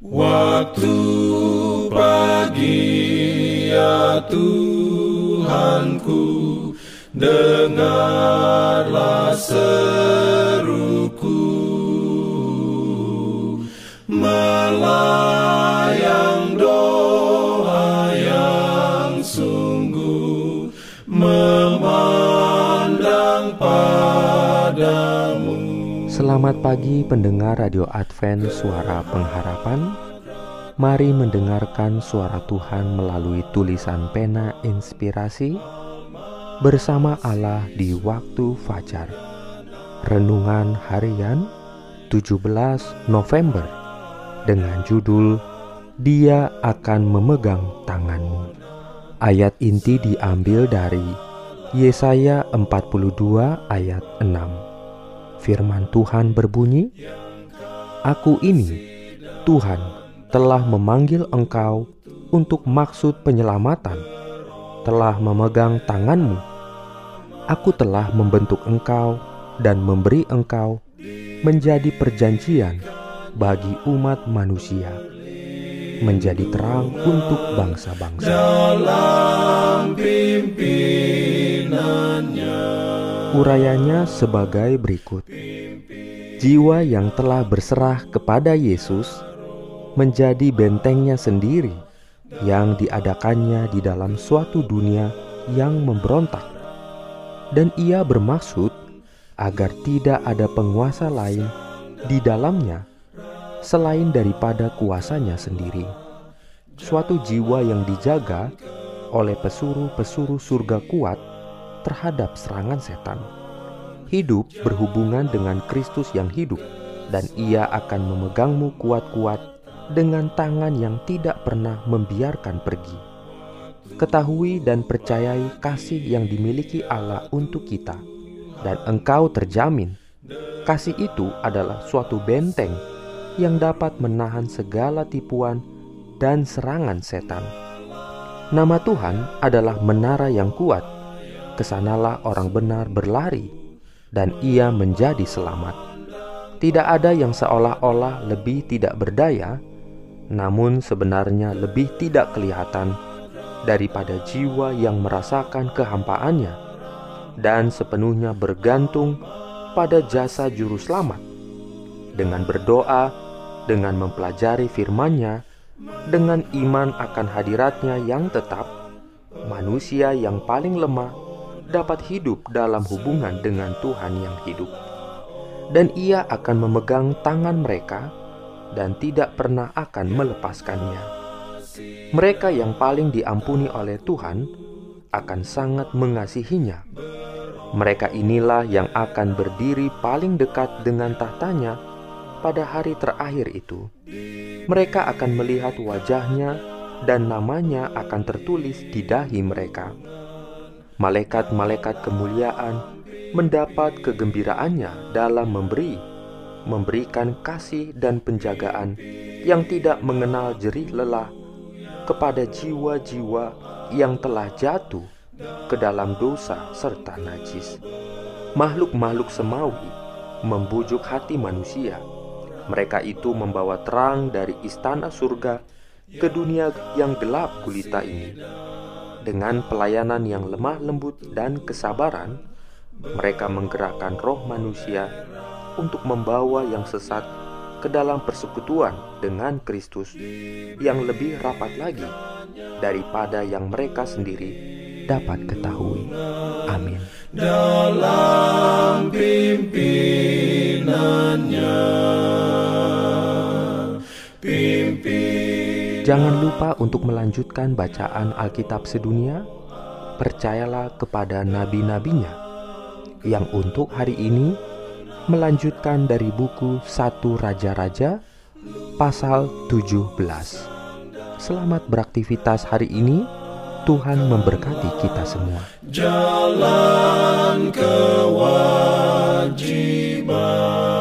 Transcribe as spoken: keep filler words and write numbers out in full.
Waktu pagi ya Tuhanku, dengarlah seruku, melayang doa yang sungguh, memandang padamu. Selamat pagi pendengar Radio Advent Suara Pengharapan. Mari mendengarkan suara Tuhan melalui tulisan pena inspirasi bersama Allah di waktu fajar. Renungan harian tujuh belas November dengan judul Dia akan memegang tanganmu. Ayat inti diambil dari Yesaya empat puluh dua ayat enam. Firman Tuhan berbunyi, Aku ini, Tuhan, telah memanggil engkau untuk maksud penyelamatan, telah memegang tanganmu. Aku telah membentuk engkau dan memberi engkau menjadi perjanjian bagi umat manusia, menjadi terang untuk bangsa-bangsa. Dalam pimpinannya. Urayanya sebagai berikut. Jiwa yang telah berserah kepada Yesus menjadi bentengnya sendiri yang diadakannya di dalam suatu dunia yang memberontak. Dan ia bermaksud agar tidak ada penguasa lain di dalamnya selain daripada kuasanya sendiri. Suatu jiwa yang dijaga oleh pesuruh-pesuruh surga kuat terhadap serangan setan. Hidup berhubungan dengan Kristus yang hidup, dan ia akan memegangmu kuat-kuat dengan tangan yang tidak pernah membiarkan pergi. Ketahui dan percayai kasih yang dimiliki Allah untuk kita, dan engkau terjamin. Kasih itu adalah suatu benteng yang dapat menahan segala tipuan dan serangan setan. Nama Tuhan adalah menara yang kuat. Kesanalah orang benar berlari, dan ia menjadi selamat. Tidak ada yang seolah-olah lebih tidak berdaya, namun sebenarnya lebih tidak kelihatan daripada jiwa yang merasakan kehampaannya dan sepenuhnya bergantung pada jasa juru selamat. Dengan berdoa, dengan mempelajari firman-Nya, dengan iman akan hadiratnya yang tetap, manusia yang paling lemah dapat hidup dalam hubungan dengan Tuhan yang hidup. Dan ia akan memegang tangan mereka dan tidak pernah akan melepaskannya. Mereka yang paling diampuni oleh Tuhan akan sangat mengasihinya. Mereka inilah yang akan berdiri paling dekat dengan tahtanya pada hari terakhir itu. Mereka akan melihat wajahnya dan namanya akan tertulis di dahi mereka. Malaikat-malaikat kemuliaan mendapat kegembiraannya dalam memberi, memberikan kasih dan penjagaan yang tidak mengenal jerih lelah kepada jiwa-jiwa yang telah jatuh ke dalam dosa serta najis. Makhluk-makhluk semawi membujuk hati manusia. Mereka itu membawa terang dari istana surga ke dunia yang gelap gulita ini. Dengan pelayanan yang lemah lembut dan kesabaran, mereka menggerakkan roh manusia untuk membawa yang sesat ke dalam persekutuan dengan Kristus yang lebih rapat lagi daripada yang mereka sendiri dapat ketahui. Amin. Dalam pimpinannya, pimpin. Jangan lupa untuk melanjutkan bacaan Alkitab sedunia. Percayalah kepada nabi-nabinya yang untuk hari ini melanjutkan dari buku satu Raja-Raja pasal tujuh belas. Selamat beraktivitas hari ini. Tuhan memberkati kita semua. Jalan kewajiban.